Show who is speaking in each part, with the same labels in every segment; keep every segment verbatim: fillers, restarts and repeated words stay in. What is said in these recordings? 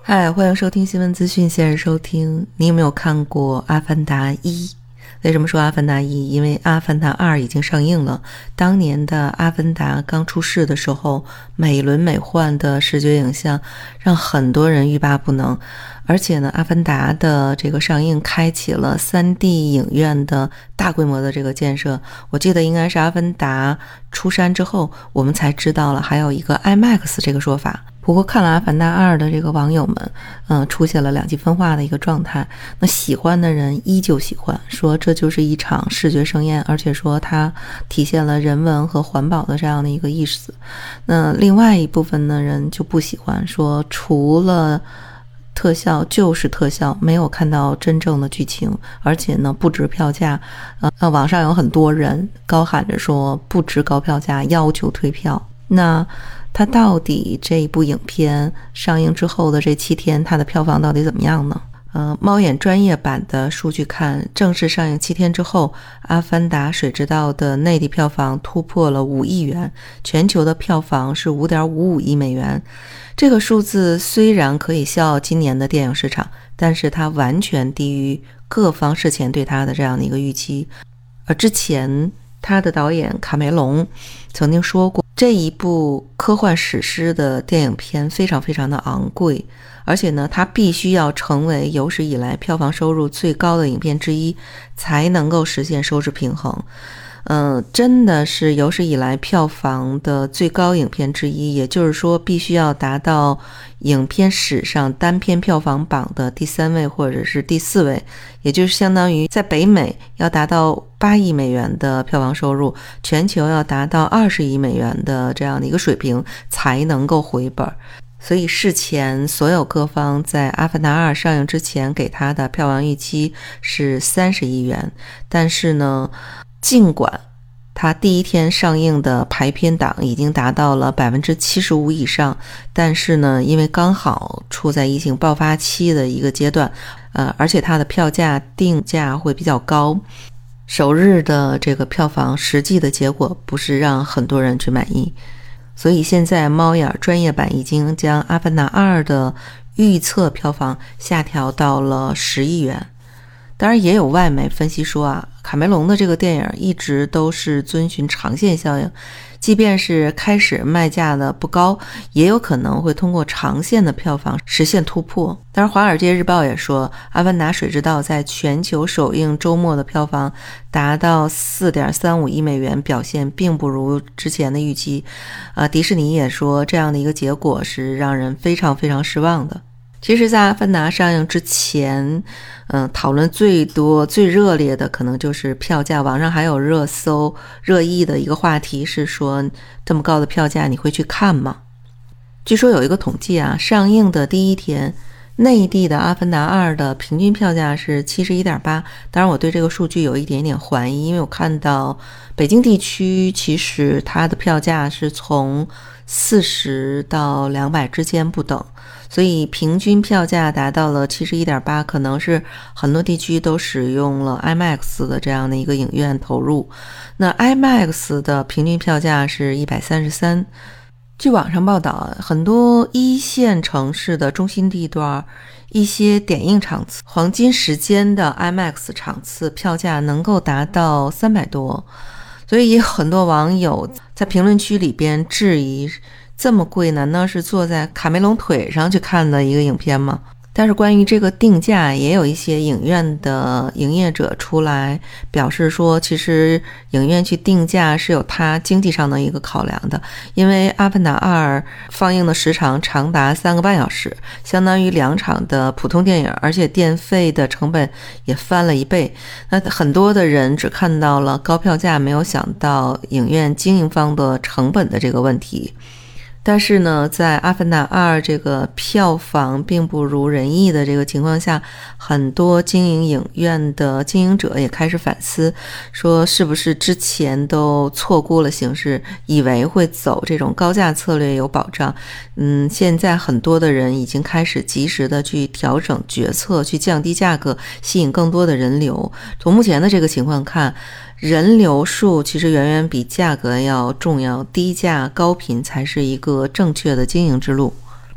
Speaker 1: 嗨，欢迎收听新闻资讯，现在收听。你有没有看过《阿凡达一》？为什么说《阿凡达一》？因为《阿凡达二》已经上映了。当年的《阿凡达》刚出世的时候，美轮美奂的视觉影像让很多人欲罢不能。而且呢，《阿凡达》的这个上映开启了 三 D 影院的大规模的这个建设。我记得应该是《阿凡达》出山之后，我们才知道了还有一个 IMAX 这个说法。不过看了《阿凡达二》的这个网友们，嗯、呃，出现了两极分化的一个状态。那喜欢的人依旧喜欢，说这就是一场视觉盛宴，而且说它体现了人文和环保的这样的一个意思。那另外一部分的人就不喜欢，说除了特效就是特效，没有看到真正的剧情，而且呢不值票价。呃，网上有很多人高喊着说不值高票价，要求退票。那它到底这一部影片上映之后的这七天，它的票房到底怎么样呢？呃，猫眼专业版的数据看，正式上映七天之后，《阿凡达：水之道》的内地票房突破了五亿元，全球的票房是 五点五五亿美元。这个数字虽然可以笑傲今年的电影市场，但是它完全低于各方事前对它的这样的一个预期。而之前他的导演卡梅隆曾经说过，这一部科幻史诗的电影片非常非常的昂贵，而且呢，它必须要成为有史以来票房收入最高的影片之一，才能够实现收支平衡。嗯、呃，真的是有史以来票房的最高影片之一，也就是说必须要达到影片史上单片票房榜的第三位或者是第四位，也就是相当于在北美要达到八亿美元的票房收入，全球要达到二十亿美元的这样的一个水平才能够回本。所以事前所有各方在《阿凡达二》上映之前给他的票房预期是三十亿元，但是呢，尽管它第一天上映的排片档已经达到了 百分之七十五 以上，但是呢，因为刚好处在疫情爆发期的一个阶段，呃，而且它的票价定价会比较高，首日的这个票房实际的结果不是让很多人去满意。所以现在猫眼专业版已经将《阿凡达二》的预测票房下调到了十亿元。当然也有外媒分析说啊，卡梅隆的这个电影一直都是遵循长线效应，即便是开始卖价的不高，也有可能会通过长线的票房实现突破。当然华尔街日报也说，阿凡达水之道在全球首映周末的票房达到 四点三五亿美元，表现并不如之前的预期。呃，迪士尼也说这样的一个结果是让人非常非常失望的。其实在阿凡达上映之前，嗯、呃，讨论最多最热烈的可能就是票价，网上还有热搜热议的一个话题是说，这么高的票价你会去看吗？据说有一个统计啊，上映的第一天内地的阿凡达二的平均票价是 七十一点八， 当然我对这个数据有一点点怀疑，因为我看到北京地区其实它的票价是从四十到两百之间不等，所以平均票价达到了 七十一点八， 可能是很多地区都使用了 IMAX 的这样的一个影院投入。那 IMAX 的平均票价是一百三十三。据网上报道，很多一线城市的中心地段，一些点映场次黄金时间的 IMAX 场次票价能够达到三百多，所以也有很多网友在评论区里边质疑，这么贵难道是坐在卡梅隆腿上去看的一个影片吗？但是关于这个定价，也有一些影院的营业者出来表示说，其实影院去定价是有它经济上的一个考量的，因为《阿凡达二》放映的时长长达三个半小时，相当于两场的普通电影，而且电费的成本也翻了一倍。那很多的人只看到了高票价，没有想到影院经营方的成本的这个问题。但是呢，在《阿凡达二》这个票房并不如人意的这个情况下，很多经营影院的经营者也开始反思，说是不是之前都错估了形势，以为会走这种高价策略有保障。嗯，现在很多的人已经开始及时的去调整决策，去降低价格，吸引更多的人流。从目前的这个情况看，人流数其实远远比价格要重要，低价高频才是一个正确的经营之路。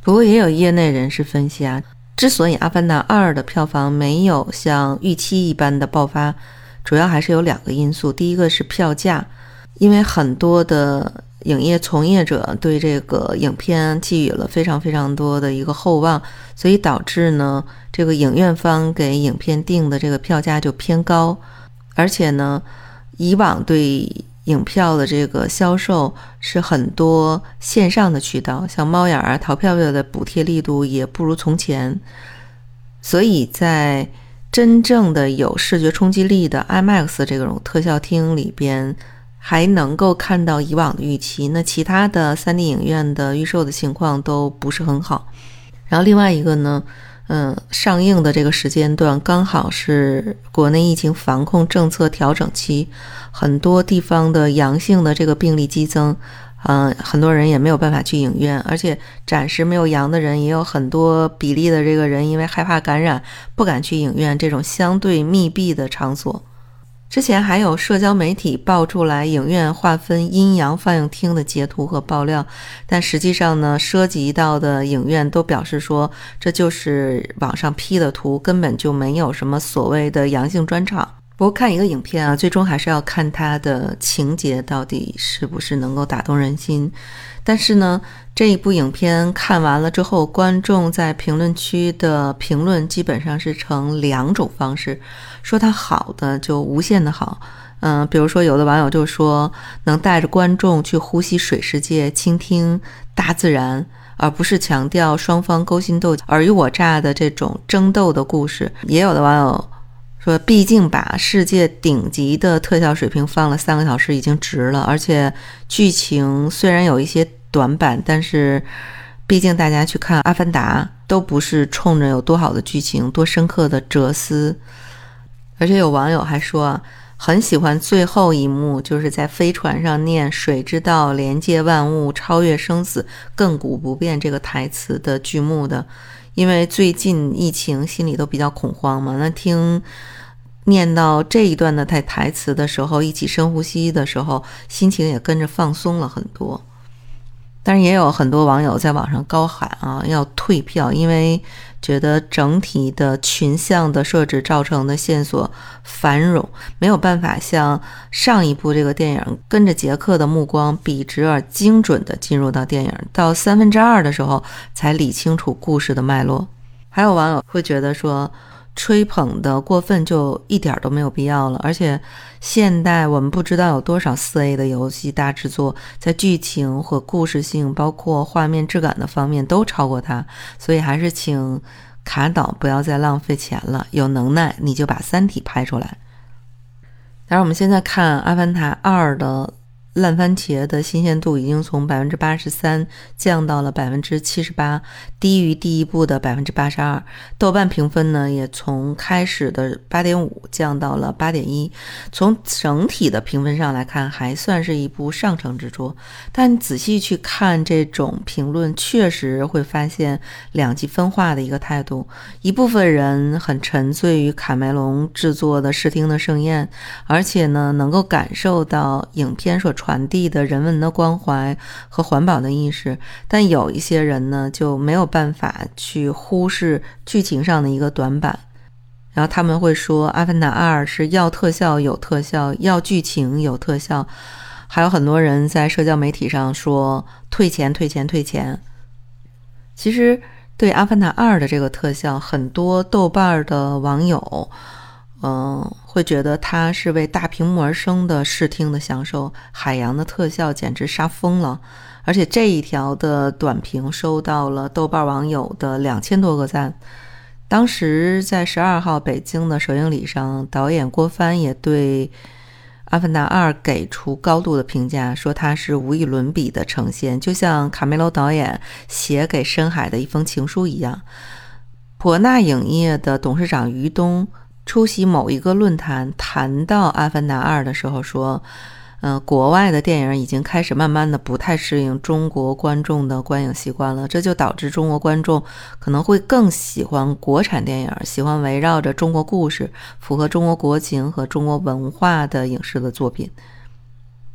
Speaker 1: 不过也有业内人士分析啊，之所以《阿凡达二》的票房没有像预期一般的爆发，主要还是有两个因素。第一个是票价，因为很多的影业从业者对这个影片寄予了非常非常多的一个厚望，所以导致呢，这个影院方给影片定的这个票价就偏高。而且呢，以往对影票的这个销售是很多线上的渠道，像猫眼啊、淘票票的补贴力度也不如从前，所以在真正的有视觉冲击力的 IMAX 这种特效厅里边还能够看到以往的预期，那其他的 三 D 影院的预售的情况都不是很好。然后另外一个呢，嗯，上映的这个时间段刚好是国内疫情防控政策调整期，很多地方的阳性的这个病例激增，嗯，很多人也没有办法去影院，而且暂时没有阳的人也有很多比例的这个人因为害怕感染不敢去影院这种相对密闭的场所。之前还有社交媒体爆出来影院划分阴阳放映厅的截图和爆料，但实际上呢，涉及到的影院都表示说这就是网上 P 的图，根本就没有什么所谓的阳性专场。不过看一个影片啊，最终还是要看它的情节到底是不是能够打动人心。但是呢，这一部影片看完了之后，观众在评论区的评论基本上是呈两种方式，说它好的就无限的好，嗯，比如说有的网友就说能带着观众去呼吸水世界，倾听大自然，而不是强调双方勾心斗角、尔虞我诈的这种争斗的故事。也有的网友说，毕竟把世界顶级的特效水平放了三个小时已经值了，而且剧情虽然有一些短板，但是毕竟大家去看《阿凡达》都不是冲着有多好的剧情、多深刻的哲思。而且有网友还说啊，很喜欢最后一幕，就是在飞船上念水之道连接万物，超越生死，亘古不变这个台词的剧目的。因为最近疫情心里都比较恐慌嘛，那听念到这一段的台台词的时候，一起深呼吸的时候，心情也跟着放松了很多。但是也有很多网友在网上高喊啊，要退票，因为觉得整体的群像的设置造成的线索繁冗，没有办法像上一部这个电影跟着杰克的目光笔直而精准的进入到电影，到三分之二的时候才理清楚故事的脉络。还有网友会觉得说，吹捧的过分就一点都没有必要了，而且现代我们不知道有多少 四 A 的游戏大制作，在剧情和故事性包括画面质感的方面都超过它，所以还是请卡导不要再浪费钱了，有能耐你就把三体拍出来。当然我们现在看阿凡达二的烂番茄的新鲜度已经从 百分之八十三 降到了 百分之七十八， 低于第一部的 百分之八十二。 豆瓣评分呢也从开始的 八点五 降到了 八点一。 从整体的评分上来看还算是一部上乘之作，但仔细去看这种评论确实会发现两极分化的一个态度。一部分人很沉醉于卡梅隆制作的视听的盛宴，而且呢能够感受到影片所传递的人文的关怀和环保的意识，但有一些人呢就没有办法去忽视剧情上的一个短板，然后他们会说阿凡达二是要特效有特效，要剧情有特效，还有很多人在社交媒体上说退钱退钱退钱。其实对阿凡达二的这个特效，很多豆瓣的网友嗯，会觉得它是为大屏幕而生的视听的享受，海洋的特效简直杀疯了。而且这一条的短评收到了豆瓣网友的两千多个赞。当时在十二号北京的首映礼上，导演郭帆也对阿凡达二给出高度的评价，说它是无与伦比的呈现，就像卡梅隆导演写给深海的一封情书一样。博纳影业的董事长于东出席某一个论坛谈到阿凡达二的时候说，呃，国外的电影已经开始慢慢的不太适应中国观众的观影习惯了，这就导致中国观众可能会更喜欢国产电影，喜欢围绕着中国故事，符合中国国情和中国文化的影视的作品。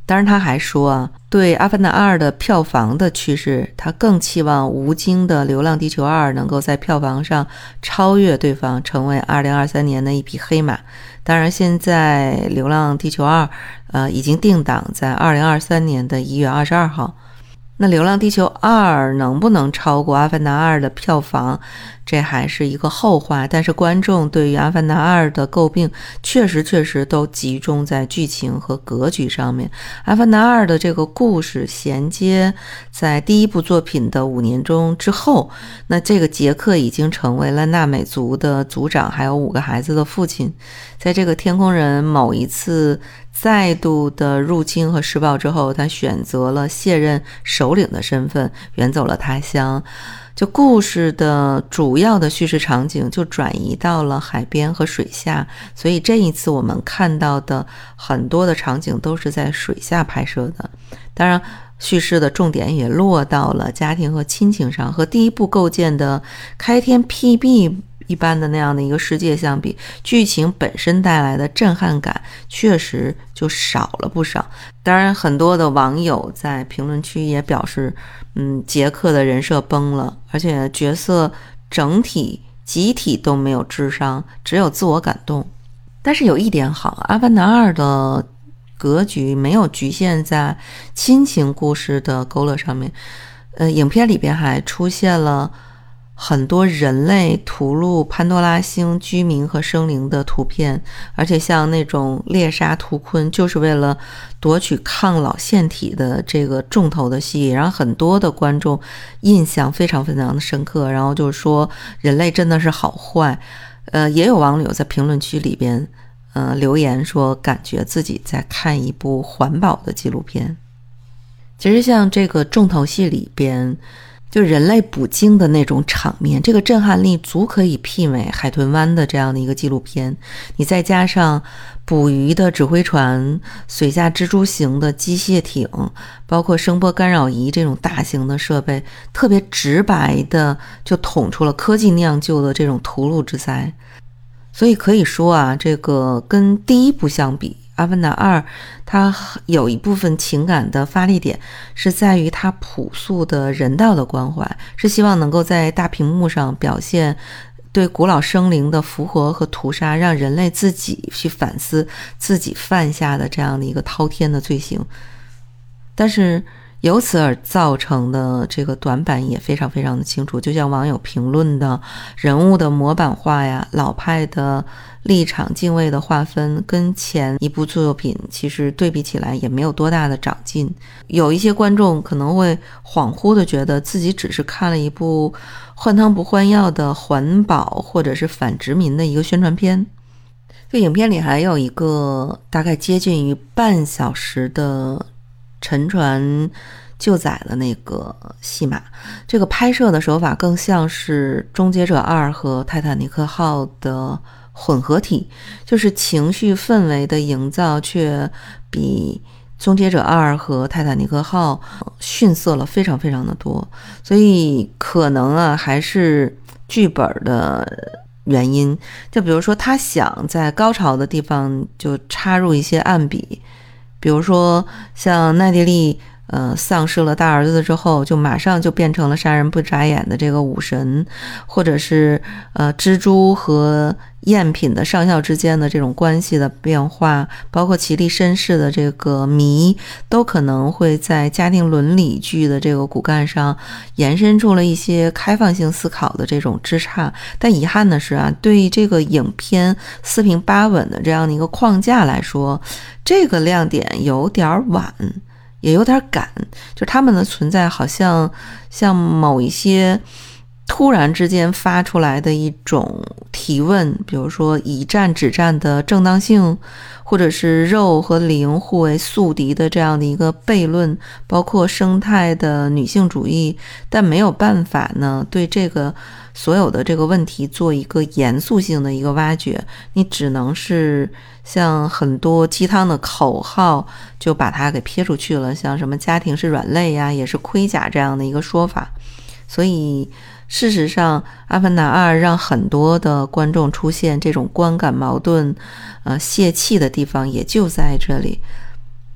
Speaker 1: 当然他还说啊，对《阿凡达二》的票房的趋势，他更期望吴京的《流浪地球二》能够在票房上超越对方，成为二零二三年的一匹黑马。当然现在《流浪地球二》呃已经定档在二零二三年的一月二十二号。那《流浪地球二》能不能超过《阿凡达二》的票房，这还是一个后话。但是观众对于《阿凡达二》的诟病确实确实都集中在剧情和格局上面。《阿凡达二》的这个故事衔接在第一部作品的五年中之后，那这个杰克已经成为了纳美族的族长，还有五个孩子的父亲。在这个天空人某一次再度的入侵和施暴之后，他选择了卸任首领的身份，远走了他乡。就故事的主要的叙事场景就转移到了海边和水下，所以这一次我们看到的很多的场景都是在水下拍摄的。当然叙事的重点也落到了家庭和亲情上，和第一部构建的开天辟地一般的那样的一个世界相比，剧情本身带来的震撼感确实就少了不少。当然很多的网友在评论区也表示，嗯，杰克的人设崩了，而且角色整体集体都没有智商，只有自我感动。但是有一点好，阿凡达二的格局没有局限在亲情故事的勾勒上面，呃，影片里边还出现了很多人类屠戮潘多拉星居民和生灵的图片，而且像那种猎杀屠鲲就是为了夺取抗老腺体的这个重头的戏，然后很多的观众印象非常非常的深刻，然后就说人类真的是好坏。呃，也有网友在评论区里边呃留言说感觉自己在看一部环保的纪录片。其实像这个重头戏里边就人类捕鲸的那种场面，这个震撼力足可以媲美海豚湾的这样的一个纪录片。你再加上捕鱼的指挥船、水下蜘蛛型的机械艇，包括声波干扰仪这种大型的设备，特别直白的就捅出了科技酿就的这种屠戮之灾。所以可以说啊，这个跟第一部相比，阿凡达二它有一部分情感的发力点是在于它朴素的人道的关怀，是希望能够在大屏幕上表现对古老生灵的复活和屠杀，让人类自己去反思自己犯下的这样的一个滔天的罪行。但是由此而造成的这个短板也非常非常的清楚，就像网友评论的人物的模板化呀，老派的立场敬畏的划分跟前一部作品其实对比起来也没有多大的长进。有一些观众可能会恍惚的觉得自己只是看了一部换汤不换药的环保或者是反殖民的一个宣传片。这影片里还有一个大概接近于半小时的沉船救载的那个戏码，这个拍摄的手法更像是终结者二和泰坦尼克号的混合体，就是情绪氛围的营造却比终结者二和泰坦尼克号逊色了非常非常的多。所以可能啊还是剧本的原因，就比如说他想在高潮的地方就插入一些暗笔，比如说像奈迪利呃，丧失了大儿子之后就马上就变成了杀人不眨眼的这个武神，或者是呃蜘蛛和赝品的上校之间的这种关系的变化，包括奇力绅士的这个谜，都可能会在家庭伦理剧的这个骨干上延伸出了一些开放性思考的这种枝杈。但遗憾的是啊，对于这个影片四平八稳的这样的一个框架来说，这个亮点有点晚也有点赶，就他们的存在好像像某一些突然之间发出来的一种提问，比如说以战止战的正当性，或者是肉和灵互为宿敌的这样的一个悖论，包括生态的女性主义，但没有办法呢对这个所有的这个问题做一个严肃性的一个挖掘，你只能是像很多鸡汤的口号就把它给撇出去了，像什么家庭是软肋呀，也是盔甲这样的一个说法。所以事实上阿凡达二让很多的观众出现这种观感矛盾呃泄气的地方也就在这里。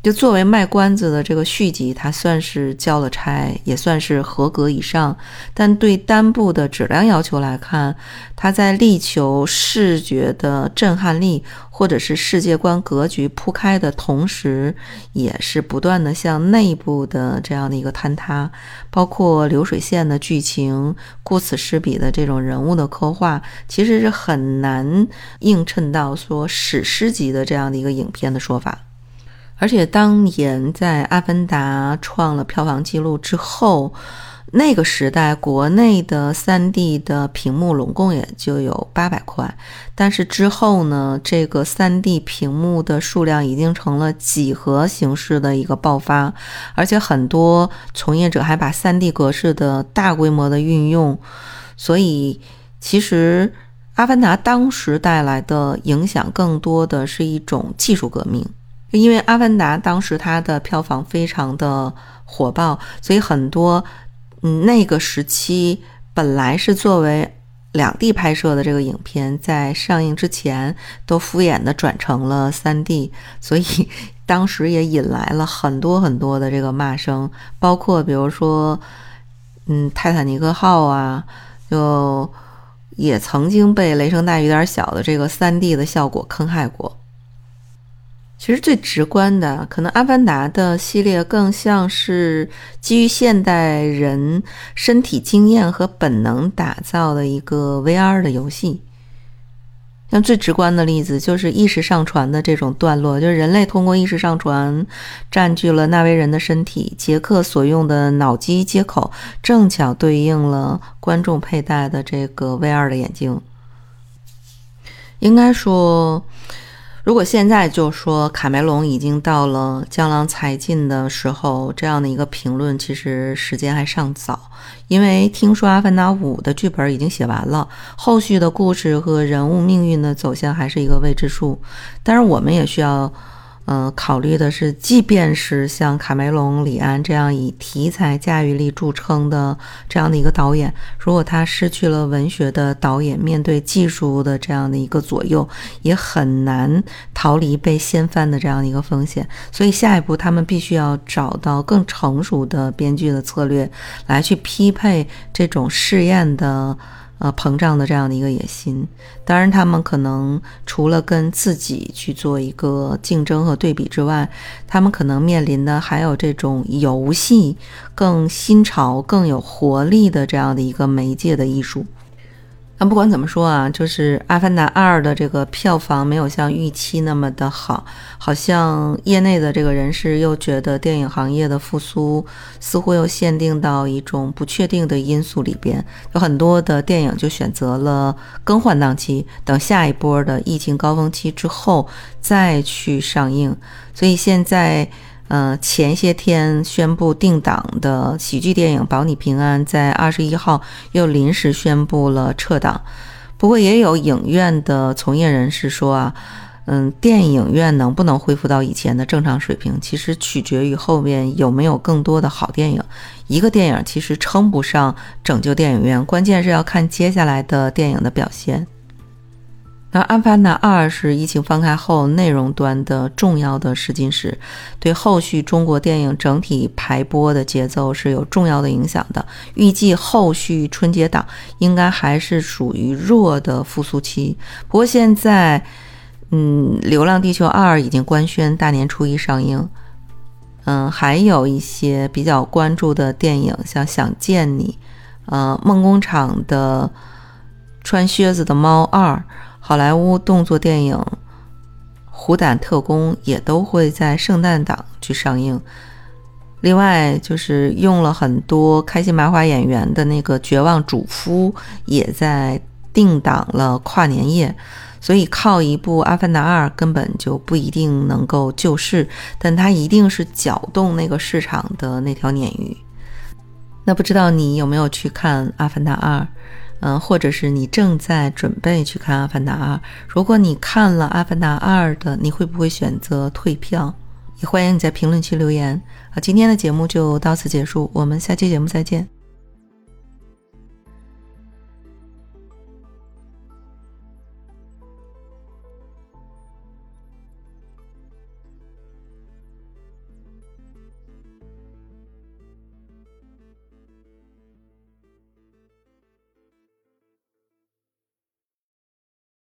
Speaker 1: 就作为卖关子的这个续集，它算是交了差，也算是合格以上。但对单部的质量要求来看，它在力求视觉的震撼力或者是世界观格局铺开的同时，也是不断的向内部的这样的一个坍塌，包括流水线的剧情、顾此失彼的这种人物的刻画，其实是很难映衬到说史诗级的这样的一个影片的说法。而且当年在《阿凡达》创了票房纪录之后，那个时代国内的 三 D 的屏幕拢共也就有八百块，但是之后呢，这个 三 D 屏幕的数量已经成了几何形式的一个爆发，而且很多从业者还把 三 D 格式的大规模的运用，所以其实阿凡达当时带来的影响更多的是一种技术革命。因为阿凡达当时它的票房非常的火爆，所以很多嗯那个时期本来是作为两 D 拍摄的这个影片，在上映之前都敷衍的转成了 三 D， 所以当时也引来了很多很多的这个骂声，包括比如说嗯泰坦尼克号啊，就也曾经被雷声大雨点小的这个 三 D 的效果坑害过。其实最直观的，可能阿凡达的系列更像是基于现代人身体经验和本能打造的一个 V R 的游戏。像最直观的例子就是意识上传的这种段落，就是人类通过意识上传占据了纳威人的身体，杰克所用的脑机接口正巧对应了观众佩戴的这个 V R 的眼镜。应该说如果现在就说卡梅隆已经到了江郎才尽的时候，这样的一个评论其实时间还尚早，因为听说阿凡达五的剧本已经写完了，后续的故事和人物命运的走向还是一个未知数。当然我们也需要呃，考虑的是，即便是像卡梅隆、李安这样以题材驾驭力著称的这样的一个导演，如果他失去了文学的导演，面对技术的这样的一个左右，也很难逃离被掀翻的这样的一个风险。所以下一步他们必须要找到更成熟的编剧的策略，来去匹配这种试验的呃，膨胀的这样的一个野心。当然他们可能除了跟自己去做一个竞争和对比之外，他们可能面临的还有这种游戏更新潮更有活力的这样的一个媒介的艺术。那不管怎么说啊，就是阿凡达二的这个票房没有像预期那么的好，好像业内的这个人士又觉得电影行业的复苏似乎又限定到一种不确定的因素里边，有很多的电影就选择了更换档期，等下一波的疫情高峰期之后再去上映。所以现在呃，前些天宣布定档的喜剧电影《保你平安》在二十一号又临时宣布了撤档。不过也有影院的从业人士说啊，嗯，电影院能不能恢复到以前的正常水平，其实取决于后面有没有更多的好电影。一个电影其实称不上拯救电影院，关键是要看接下来的电影的表现。而《阿凡达二》是疫情放开后内容端的重要的试金石，对后续中国电影整体排播的节奏是有重要的影响的。预计后续春节档应该还是属于弱的复苏期。不过现在嗯，《流浪地球二》已经官宣大年初一上映。嗯，还有一些比较关注的电影，像《想见你》、呃，梦工厂的《穿靴子的猫二》、好莱坞动作电影《虎胆特工》也都会在圣诞档去上映。另外就是用了很多开心麻花演员的那个《绝望主夫》也在定档了跨年夜，所以靠一部《阿凡达二》根本就不一定能够救市，但它一定是搅动那个市场的那条鲶鱼。那不知道你有没有去看《阿凡达二》？嗯，或者是你正在准备去看《阿凡达二》，如果你看了《阿凡达二》的，你会不会选择退票？也欢迎你在评论区留言。好，今天的节目就到此结束，我们下期节目再见。